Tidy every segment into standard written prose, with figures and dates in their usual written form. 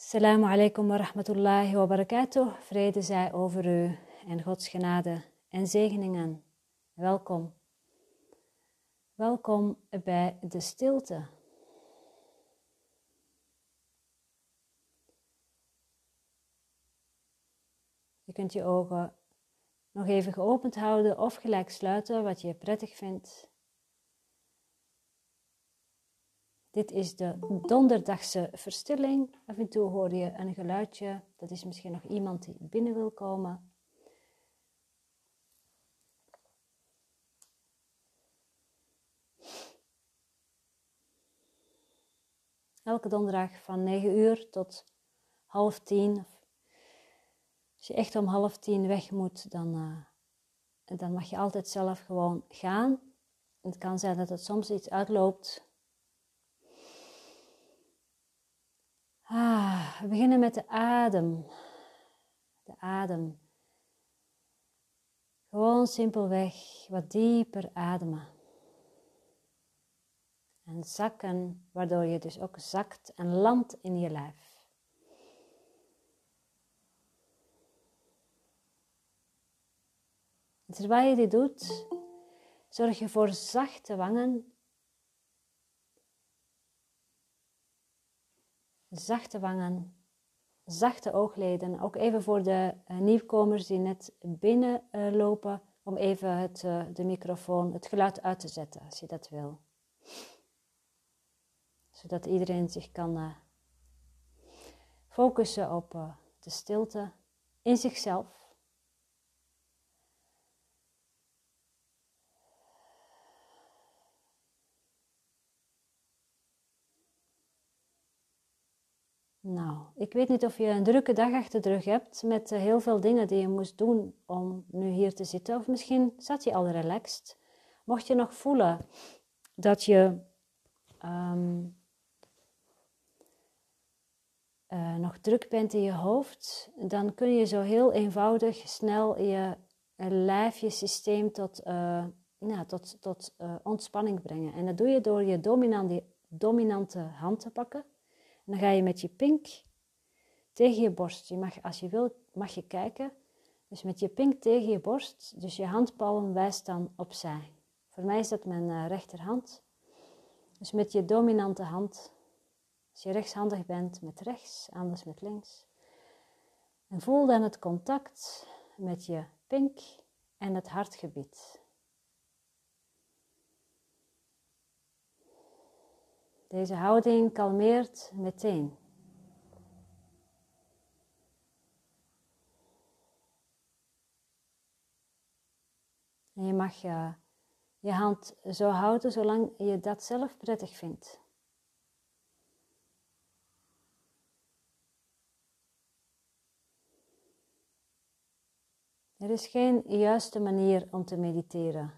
Assalamu alaikum wa rahmatullahi wa barakatuh. Vrede zij over u en Gods genade en zegeningen. Welkom. Welkom bij de stilte. Je kunt je ogen nog even geopend houden of gelijk sluiten, wat je prettig vindt. Dit is de donderdagse verstilling. Af en toe hoor je een geluidje. Dat is misschien nog iemand die binnen wil komen. Elke donderdag van 9 uur tot 9:30. Als je echt om 9:30 weg moet, dan mag je altijd zelf gewoon gaan. Het kan zijn dat het soms iets uitloopt. We beginnen met de adem. De adem. Gewoon simpelweg wat dieper ademen. En zakken, waardoor je dus ook zakt en landt in je lijf. En terwijl je dit doet, zorg je voor zachte wangen. Zachte wangen, zachte oogleden. Ook even voor de nieuwkomers die net binnen lopen, om even de microfoon, het geluid uit te zetten, als je dat wil. Zodat iedereen zich kan focussen op de stilte in zichzelf. Nou, ik weet niet of je een drukke dag achter de rug hebt met heel veel dingen die je moest doen om nu hier te zitten. Of misschien zat je al relaxed. Mocht je nog voelen dat je nog druk bent in je hoofd, dan kun je zo heel eenvoudig snel je lijf, je systeem tot ontspanning brengen. En dat doe je door je dominante hand te pakken. En dan ga je met je pink tegen je borst. Je mag, als je wilt, mag je kijken. Dus met je pink tegen je borst. Dus je handpalm wijst dan opzij. Voor mij is dat mijn rechterhand. Dus met je dominante hand. Als je rechtshandig bent, met rechts, anders met links. En voel dan het contact met je pink en het hartgebied. Deze houding kalmeert meteen. En je mag je hand zo houden zolang je dat zelf prettig vindt. Er is geen juiste manier om te mediteren.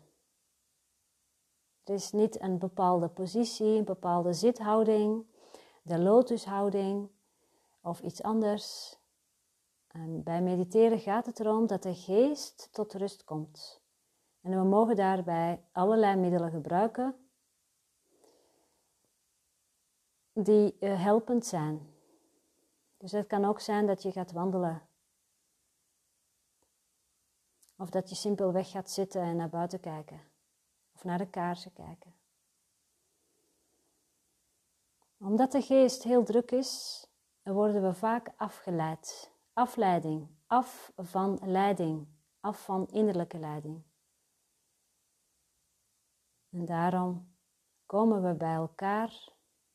Er is niet een bepaalde positie, een bepaalde zithouding, de lotushouding of iets anders. En bij mediteren gaat het erom dat de geest tot rust komt. En we mogen daarbij allerlei middelen gebruiken die helpend zijn. Dus het kan ook zijn dat je gaat wandelen. Of dat je simpelweg gaat zitten en naar buiten kijken. Of naar de kaarsen kijken. Omdat de geest heel druk is, worden we vaak afgeleid. Afleiding, af van leiding, af van innerlijke leiding. En daarom komen we bij elkaar,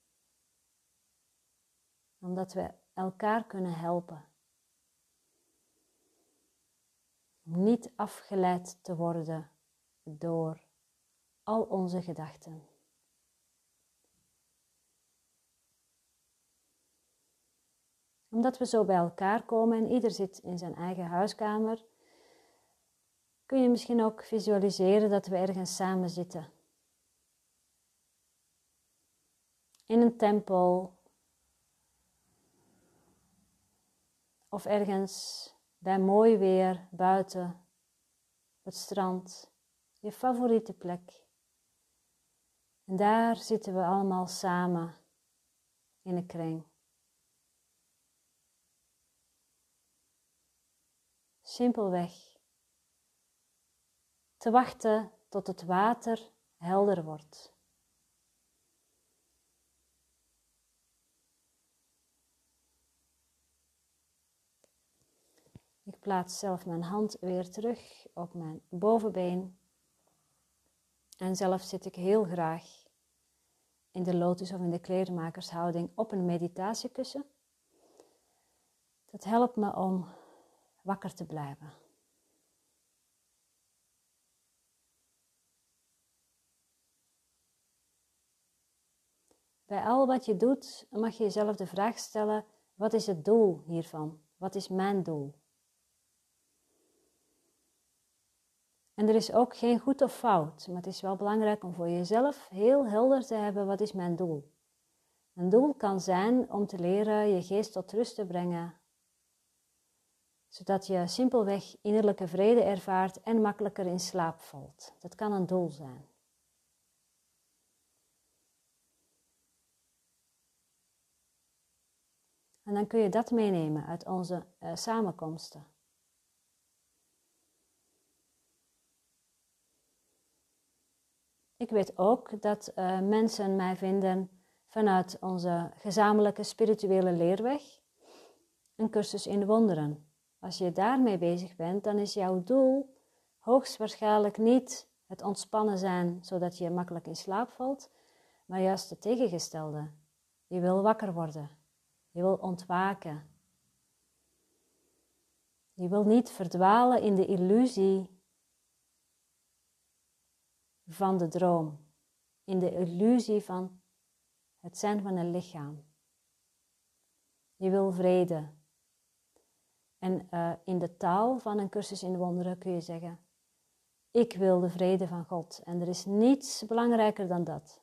omdat we elkaar kunnen helpen. Om niet afgeleid te worden door al onze gedachten. Omdat we zo bij elkaar komen en ieder zit in zijn eigen huiskamer, kun je misschien ook visualiseren dat we ergens samen zitten. In een tempel of ergens bij mooi weer buiten op het strand, je favoriete plek. En daar zitten we allemaal samen in een kring. simpelweg te wachten tot het water helder wordt. Ik plaats zelf mijn hand weer terug op mijn bovenbeen. En zelf zit ik heel graag in de lotus of in de kleermakershouding op een meditatiekussen. Dat helpt me om wakker te blijven. Bij al wat je doet mag je jezelf de vraag stellen, wat is het doel hiervan? Wat is mijn doel? En er is ook geen goed of fout, maar het is wel belangrijk om voor jezelf heel helder te hebben, wat is mijn doel? Een doel kan zijn om te leren je geest tot rust te brengen, zodat je simpelweg innerlijke vrede ervaart en makkelijker in slaap valt. Dat kan een doel zijn. En dan kun je dat meenemen uit onze samenkomsten. Ik weet ook dat mensen mij vinden vanuit onze gezamenlijke spirituele leerweg, een cursus in wonderen. Als je daarmee bezig bent, dan is jouw doel hoogstwaarschijnlijk niet het ontspannen zijn, zodat je makkelijk in slaap valt, maar juist het tegengestelde. Je wil wakker worden. Je wil ontwaken. Je wil niet verdwalen in de illusie van de droom. In de illusie van het zijn van een lichaam. Je wil vrede. En in de taal van een cursus in wonderen kun je zeggen, ik wil de vrede van God. En er is niets belangrijker dan dat.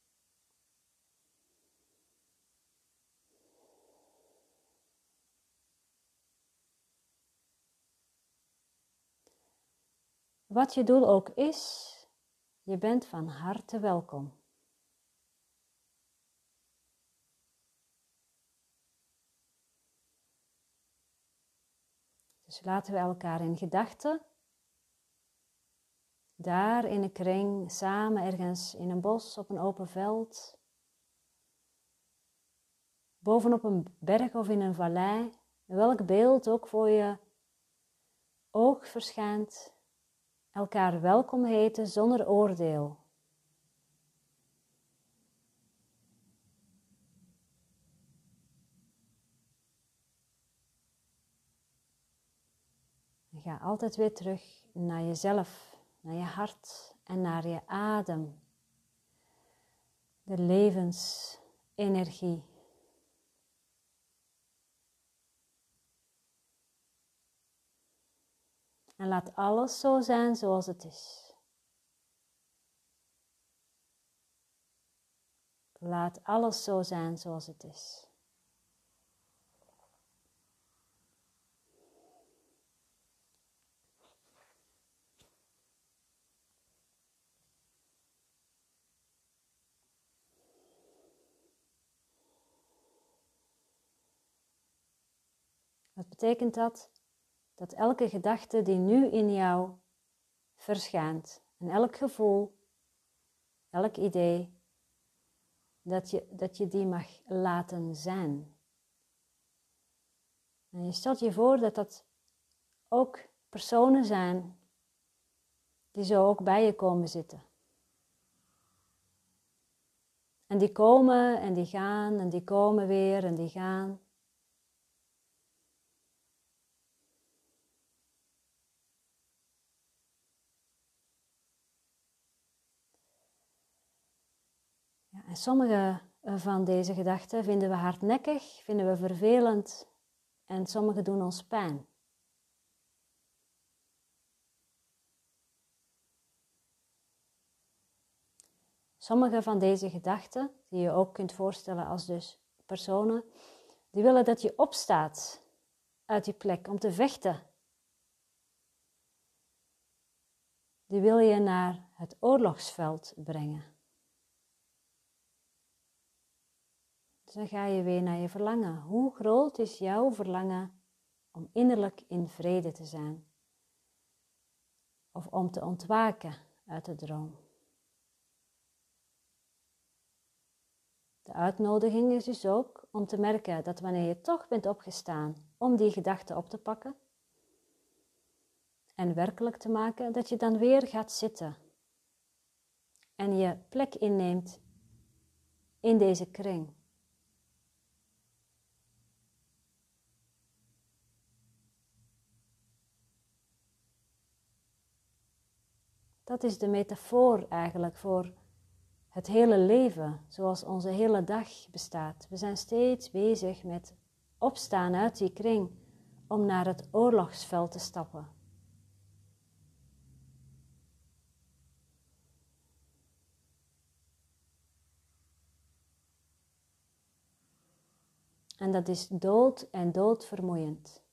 Wat je doel ook is, je bent van harte welkom. Dus laten we elkaar in gedachten, daar in een kring, samen ergens in een bos, op een open veld, bovenop een berg of in een vallei, welk beeld ook voor je oog verschijnt, elkaar welkom heten zonder oordeel. En ga altijd weer terug naar jezelf, naar je hart en naar je adem. De levensenergie. En laat alles zo zijn zoals het is. Laat alles zo zijn zoals het is. Wat betekent dat? Dat elke gedachte die nu in jou verschijnt, en elk gevoel, elk idee, dat je die mag laten zijn. En je stelt je voor dat dat ook personen zijn die zo ook bij je komen zitten. En die komen en die gaan en die komen weer en die gaan. Ja, en sommige van deze gedachten vinden we hardnekkig, vinden we vervelend en sommige doen ons pijn. Sommige van deze gedachten, die je ook kunt voorstellen als dus personen, die willen dat je opstaat uit die plek om te vechten. Die wil je naar het oorlogsveld brengen. Dus dan ga je weer naar je verlangen. Hoe groot is jouw verlangen om innerlijk in vrede te zijn. Of om te ontwaken uit de droom. De uitnodiging is dus ook om te merken dat wanneer je toch bent opgestaan om die gedachte op te pakken en werkelijk te maken, dat je dan weer gaat zitten en je plek inneemt in deze kring. Dat is de metafoor eigenlijk voor het hele leven, zoals onze hele dag bestaat. We zijn steeds bezig met opstaan uit die kring om naar het oorlogsveld te stappen. En dat is dood en doodvermoeiend.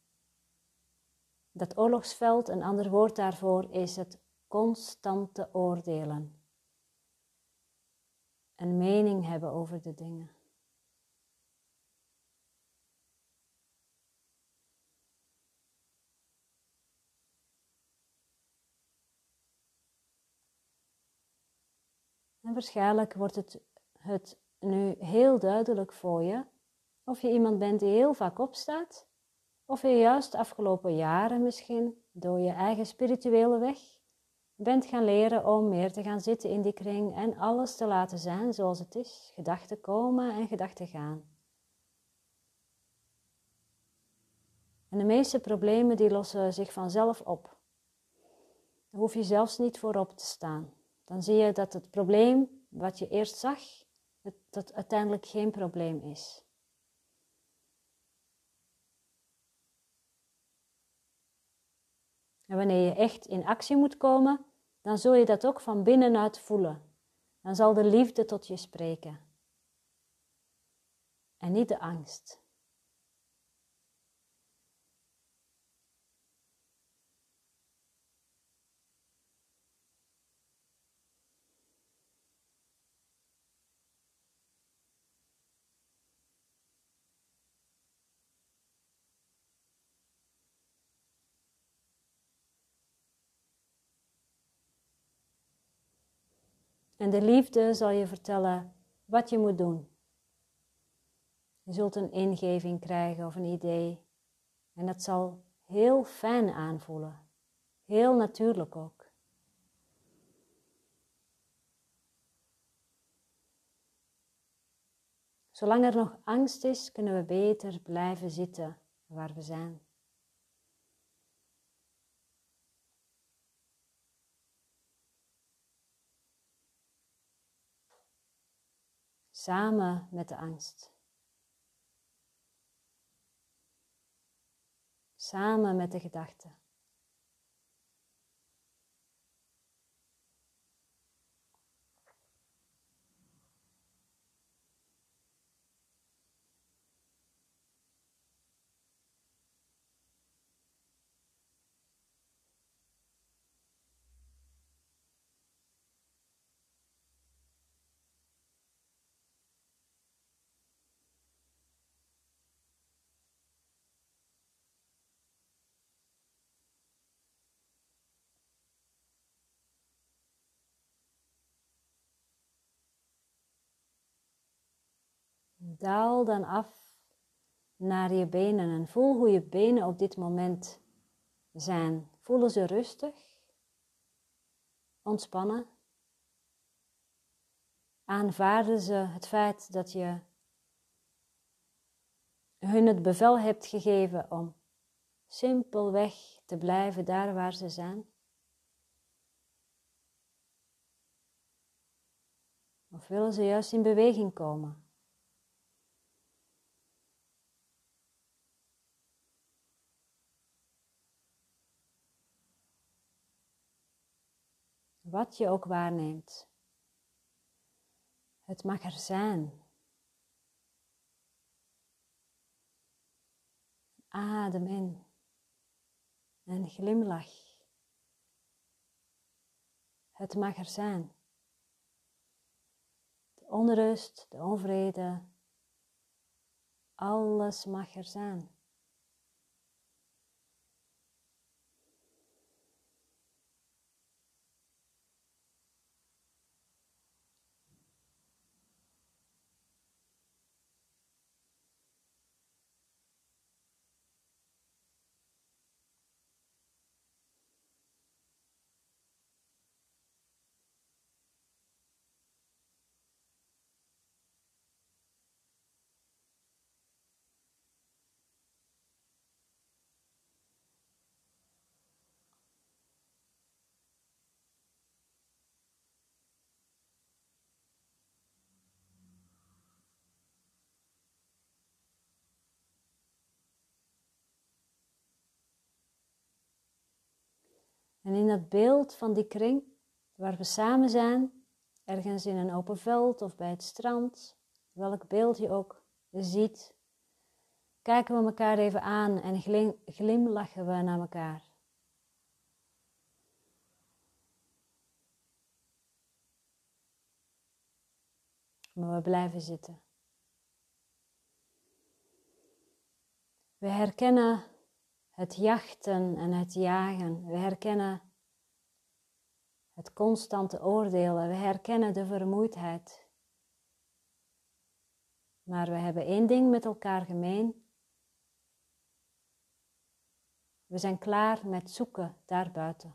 Dat oorlogsveld, een ander woord daarvoor, is het constante oordelen. Een mening hebben over de dingen. En waarschijnlijk wordt het nu heel duidelijk voor je of je iemand bent die heel vaak opstaat, of je juist de afgelopen jaren misschien door je eigen spirituele weg bent gaan leren om meer te gaan zitten in die kring en alles te laten zijn zoals het is. Gedachten komen en gedachten gaan. En de meeste problemen die lossen zich vanzelf op. Daar hoef je zelfs niet voor op te staan. Dan zie je dat het probleem wat je eerst zag, dat uiteindelijk geen probleem is. En wanneer je echt in actie moet komen, dan zul je dat ook van binnenuit voelen. Dan zal de liefde tot je spreken. En niet de angst. En de liefde zal je vertellen wat je moet doen. Je zult een ingeving krijgen of een idee. En dat zal heel fijn aanvoelen. Heel natuurlijk ook. Zolang er nog angst is, kunnen we beter blijven zitten waar we zijn. Samen met de angst. Samen met de gedachten. Daal dan af naar je benen en voel hoe je benen op dit moment zijn. Voelen ze rustig, ontspannen? Aanvaarden ze het feit dat je hun het bevel hebt gegeven om simpelweg te blijven daar waar ze zijn? Of willen ze juist in beweging komen? Wat je ook waarneemt. Het mag er zijn. Adem in. En glimlach. Het mag er zijn. De onrust, de onvrede. Alles mag er zijn. En in dat beeld van die kring, waar we samen zijn, ergens in een open veld of bij het strand, welk beeld je ook ziet, kijken we elkaar even aan en glimlachen we naar elkaar. Maar we blijven zitten. We herkennen het jachten en het jagen. We herkennen het constante oordelen. We herkennen de vermoeidheid. Maar we hebben één ding met elkaar gemeen. We zijn klaar met zoeken daarbuiten.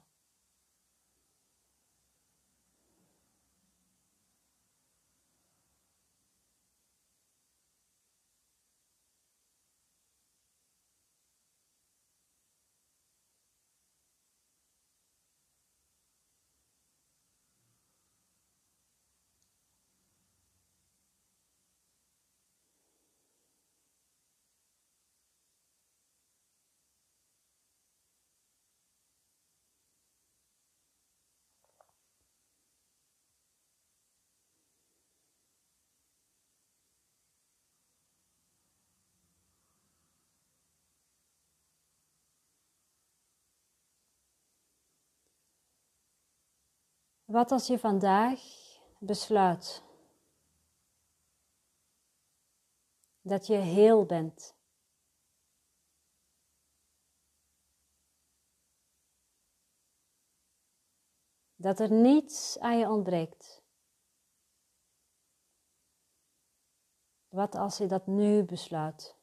Wat als je vandaag besluit dat je heel bent? Dat er niets aan je ontbreekt. Wat als je dat nu besluit?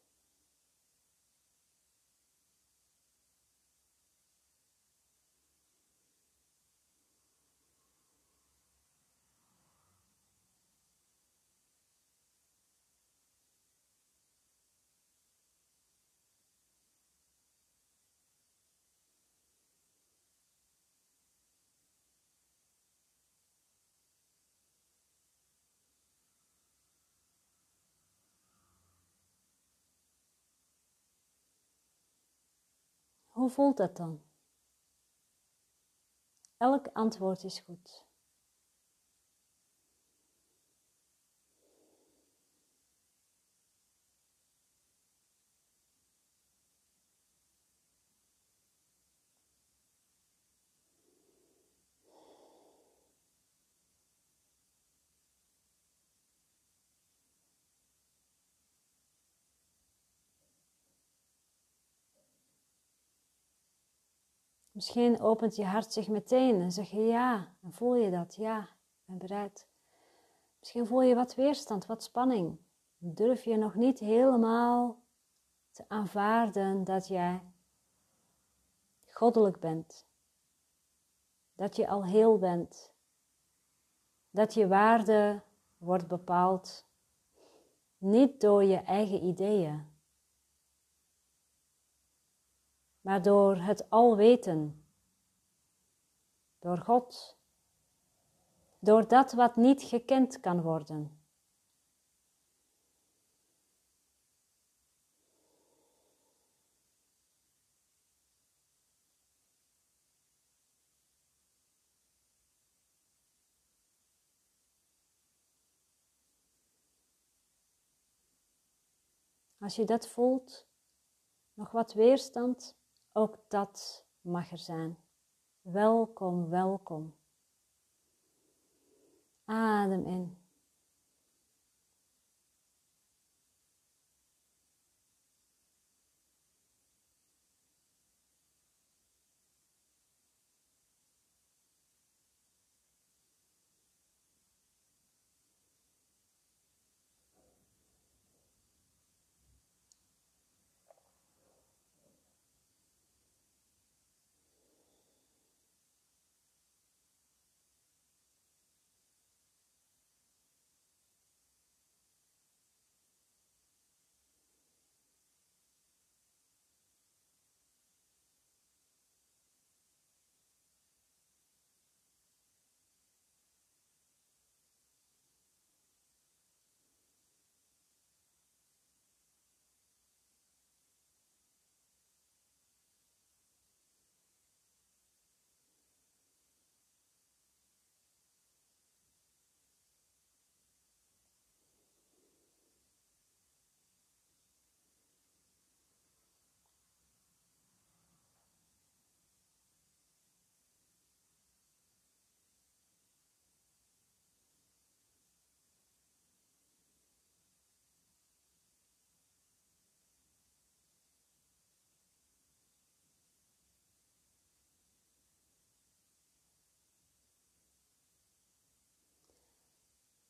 Hoe voelt dat dan? Elk antwoord is goed. Misschien opent je hart zich meteen en zeg je ja, en voel je dat, ja, ik ben bereid. Misschien voel je wat weerstand, wat spanning. Durf je nog niet helemaal te aanvaarden dat jij goddelijk bent. Dat je al heel bent. Dat je waarde wordt bepaald niet door je eigen ideeën, maar door het alweten, door God, door dat wat niet gekend kan worden. Als je dat voelt, nog wat weerstand, ook dat mag er zijn. Welkom, welkom. Adem in.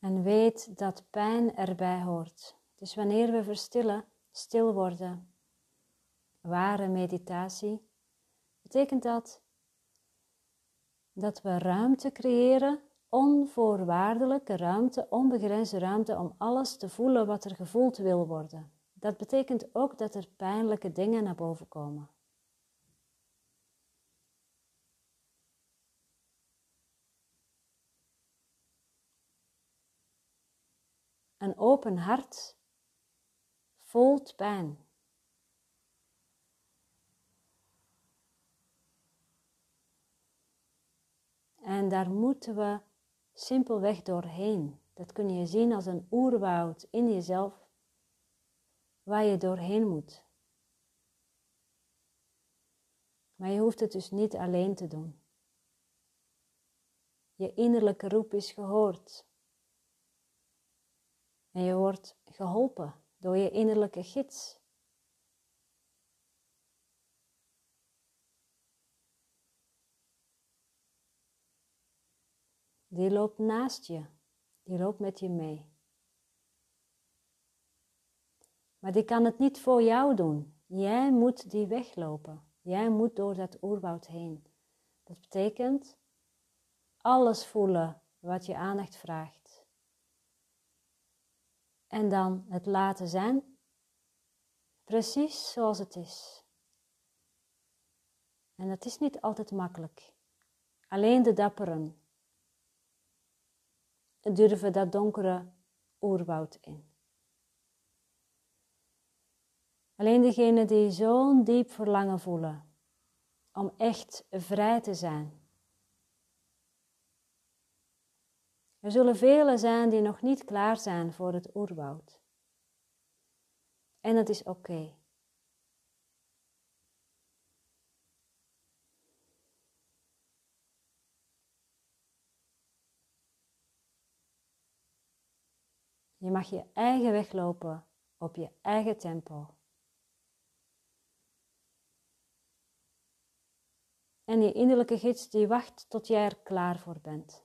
En weet dat pijn erbij hoort. Dus wanneer we verstillen, stil worden, ware meditatie, betekent dat we ruimte creëren, onvoorwaardelijke ruimte, onbegrensde ruimte om alles te voelen wat er gevoeld wil worden. Dat betekent ook dat er pijnlijke dingen naar boven komen. Een open hart voelt pijn. En daar moeten we simpelweg doorheen. Dat kun je zien als een oerwoud in jezelf, waar je doorheen moet. Maar je hoeft het dus niet alleen te doen. Je innerlijke roep is gehoord. En je wordt geholpen door je innerlijke gids. Die loopt naast je. Die loopt met je mee. Maar die kan het niet voor jou doen. Jij moet die weglopen. Jij moet door dat oerwoud heen. Dat betekent alles voelen wat je aandacht vraagt. En dan het laten zijn, precies zoals het is. En dat is niet altijd makkelijk. Alleen de dapperen durven dat donkere oerwoud in. Alleen degenen die zo'n diep verlangen voelen om echt vrij te zijn. Er zullen velen zijn die nog niet klaar zijn voor het oerwoud. En dat is oké. Je mag je eigen weg lopen op je eigen tempo. En je innerlijke gids die wacht tot jij er klaar voor bent.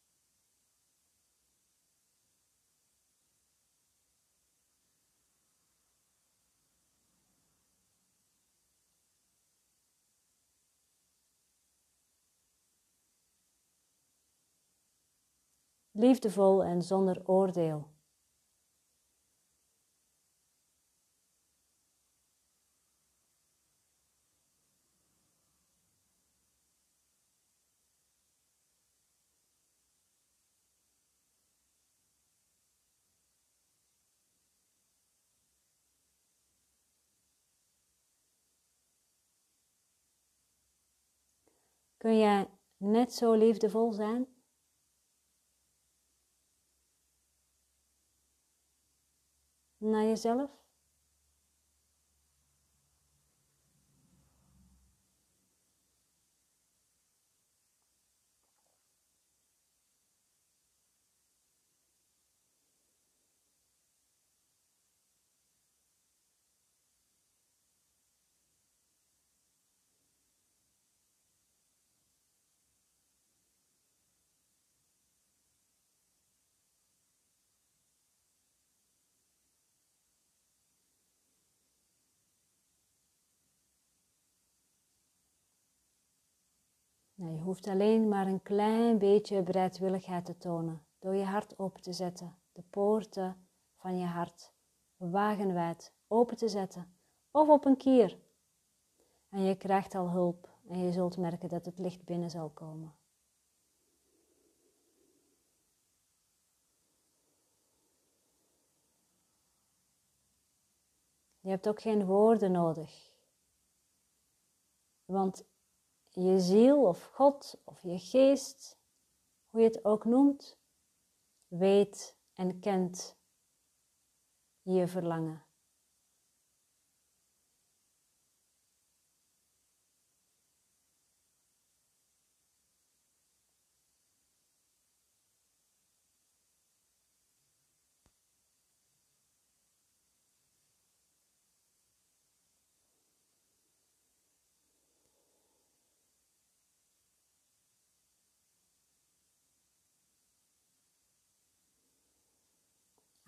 Liefdevol en zonder oordeel. Kun jij net zo liefdevol zijn? Naar jezelf? Nou, je hoeft alleen maar een klein beetje bereidwilligheid te tonen door je hart open te zetten, de poorten van je hart wagenwijd open te zetten of op een kier. En je krijgt al hulp en je zult merken dat het licht binnen zal komen. Je hebt ook geen woorden nodig, want je ziel of God of je geest, hoe je het ook noemt, weet en kent je verlangen.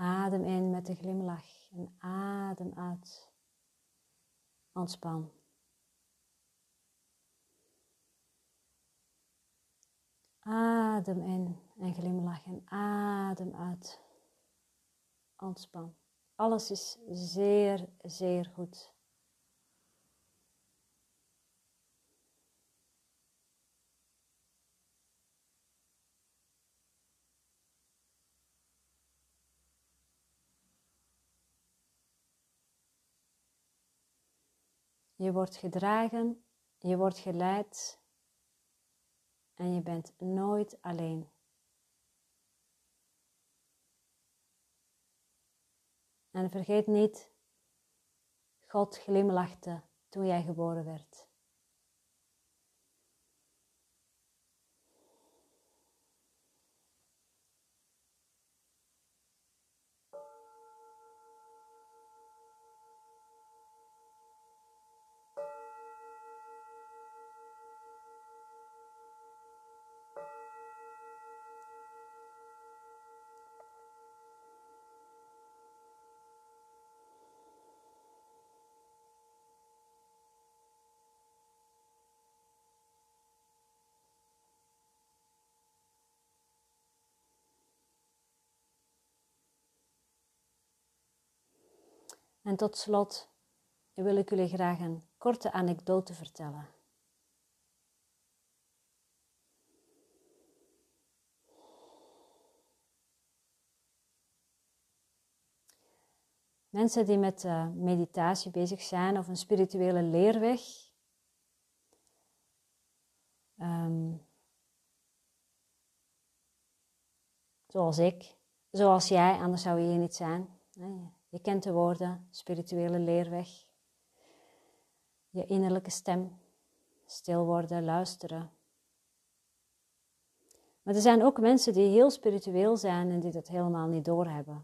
Adem in met een glimlach en adem uit. Ontspan. Adem in en glimlach en adem uit. Ontspan. Alles is zeer, zeer goed. Je wordt gedragen, je wordt geleid en je bent nooit alleen. En vergeet niet, God glimlachte toen jij geboren werd. En tot slot wil ik jullie graag een korte anekdote vertellen. Mensen die met meditatie bezig zijn of een spirituele leerweg, zoals ik, zoals jij, anders zou je hier niet zijn. Je kent de woorden, spirituele leerweg, je innerlijke stem, stil worden, luisteren. Maar er zijn ook mensen die heel spiritueel zijn en die dat helemaal niet doorhebben.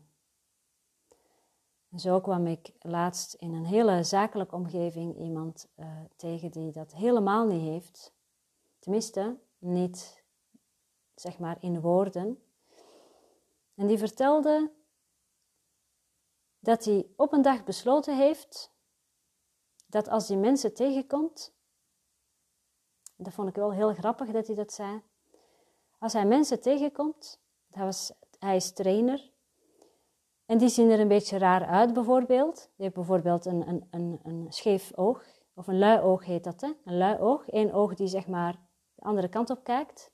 En zo kwam ik laatst in een hele zakelijke omgeving iemand tegen die dat helemaal niet heeft. Tenminste, niet zeg maar in woorden. En die vertelde dat hij op een dag besloten heeft dat als hij mensen tegenkomt, dat vond ik wel heel grappig dat hij dat zei. Als hij mensen tegenkomt, hij is trainer, en die zien er een beetje raar uit bijvoorbeeld. Die heeft bijvoorbeeld een scheef oog, of een lui oog heet dat, hè? Een lui oog, één oog die zeg maar de andere kant op kijkt.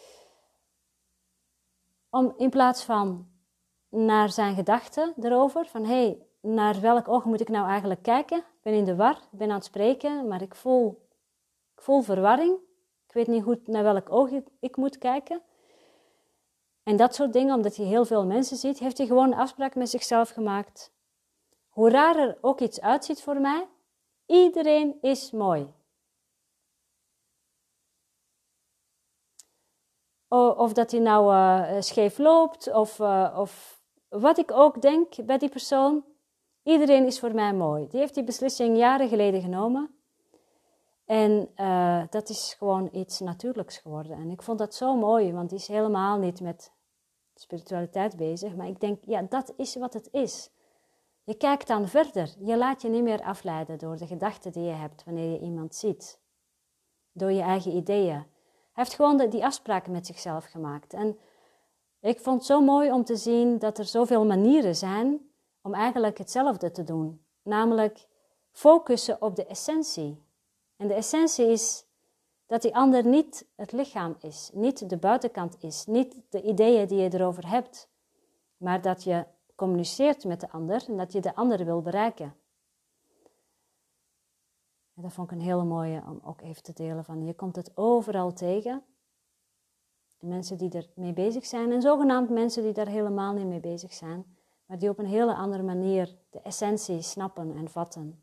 Om in plaats van naar zijn gedachten erover, van hé, naar welk oog moet ik nou eigenlijk kijken? Ik ben in de war, ik ben aan het spreken, maar ik voel verwarring. Ik weet niet goed naar welk oog ik moet kijken. En dat soort dingen, omdat hij heel veel mensen ziet, heeft hij gewoon een afspraak met zichzelf gemaakt. Hoe raar er ook iets uitziet voor mij, iedereen is mooi. Of dat hij nou scheef loopt, of wat ik ook denk bij die persoon, iedereen is voor mij mooi. Die heeft die beslissing jaren geleden genomen. En dat is gewoon iets natuurlijks geworden. En ik vond dat zo mooi, want die is helemaal niet met spiritualiteit bezig. Maar ik denk, ja, dat is wat het is. Je kijkt dan verder. Je laat je niet meer afleiden door de gedachten die je hebt wanneer je iemand ziet. Door je eigen ideeën. Hij heeft gewoon die afspraken met zichzelf gemaakt. En ik vond het zo mooi om te zien dat er zoveel manieren zijn om eigenlijk hetzelfde te doen. Namelijk focussen op de essentie. En de essentie is dat die ander niet het lichaam is, niet de buitenkant is, niet de ideeën die je erover hebt, maar dat je communiceert met de ander en dat je de ander wil bereiken. En dat vond ik een hele mooie om ook even te delen van, je komt het overal tegen. Mensen die er mee bezig zijn en zogenaamd mensen die daar helemaal niet mee bezig zijn, maar die op een hele andere manier de essentie snappen en vatten.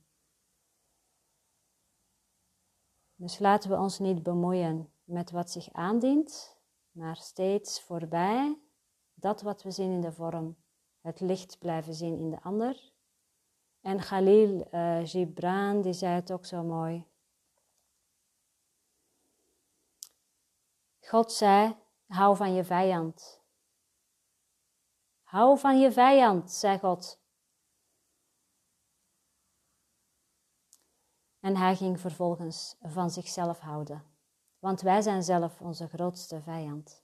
Dus laten we ons niet bemoeien met wat zich aandient, maar steeds voorbij dat wat we zien in de vorm, het licht blijven zien in de ander. En Khalil Gibran, die zei het ook zo mooi. God zei, hou van je vijand. Hou van je vijand, zei God. En hij ging vervolgens van zichzelf houden. Want wij zijn zelf onze grootste vijand.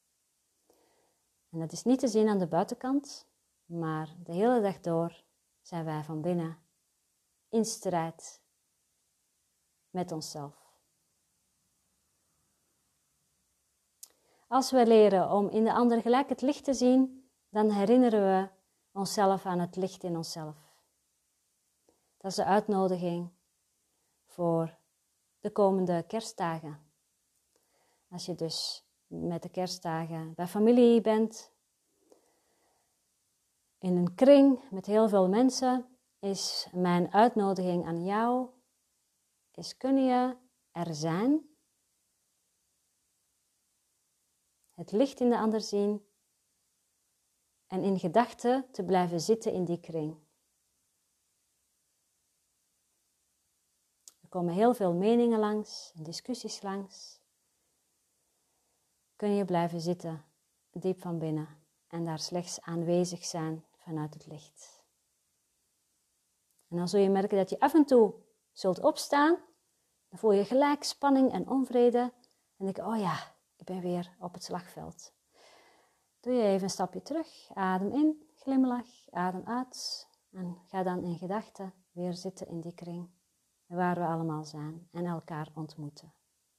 En dat is niet te zien aan de buitenkant, maar de hele dag door zijn wij van binnen in strijd met onszelf. Als we leren om in de ander gelijk het licht te zien, dan herinneren we onszelf aan het licht in onszelf. Dat is de uitnodiging voor de komende kerstdagen. Als je dus met de kerstdagen bij familie bent, in een kring met heel veel mensen, is mijn uitnodiging aan jou, kun je er zijn, het licht in de ander zien en in gedachten te blijven zitten in die kring. Er komen heel veel meningen langs en discussies langs. Kun je blijven zitten, diep van binnen, en daar slechts aanwezig zijn vanuit het licht. En dan zul je merken dat je af en toe zult opstaan, dan voel je gelijk spanning en onvrede, en denk oh ja, ik ben weer op het slagveld. Doe je even een stapje terug, adem in, glimlach, adem uit, en ga dan in gedachten weer zitten in die kring, waar we allemaal zijn en elkaar ontmoeten.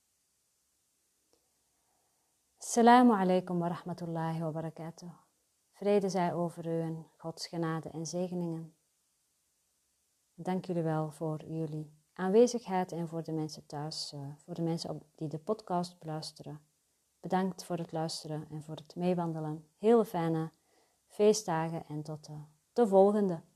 Assalamu alaikum wa rahmatullahi wa barakatuh. Vrede zij over u en Gods genade en zegeningen. Dank jullie wel voor jullie aanwezigheid en voor de mensen thuis, voor de mensen die de podcast beluisteren. Bedankt voor het luisteren en voor het meewandelen. Hele fijne feestdagen en tot de volgende.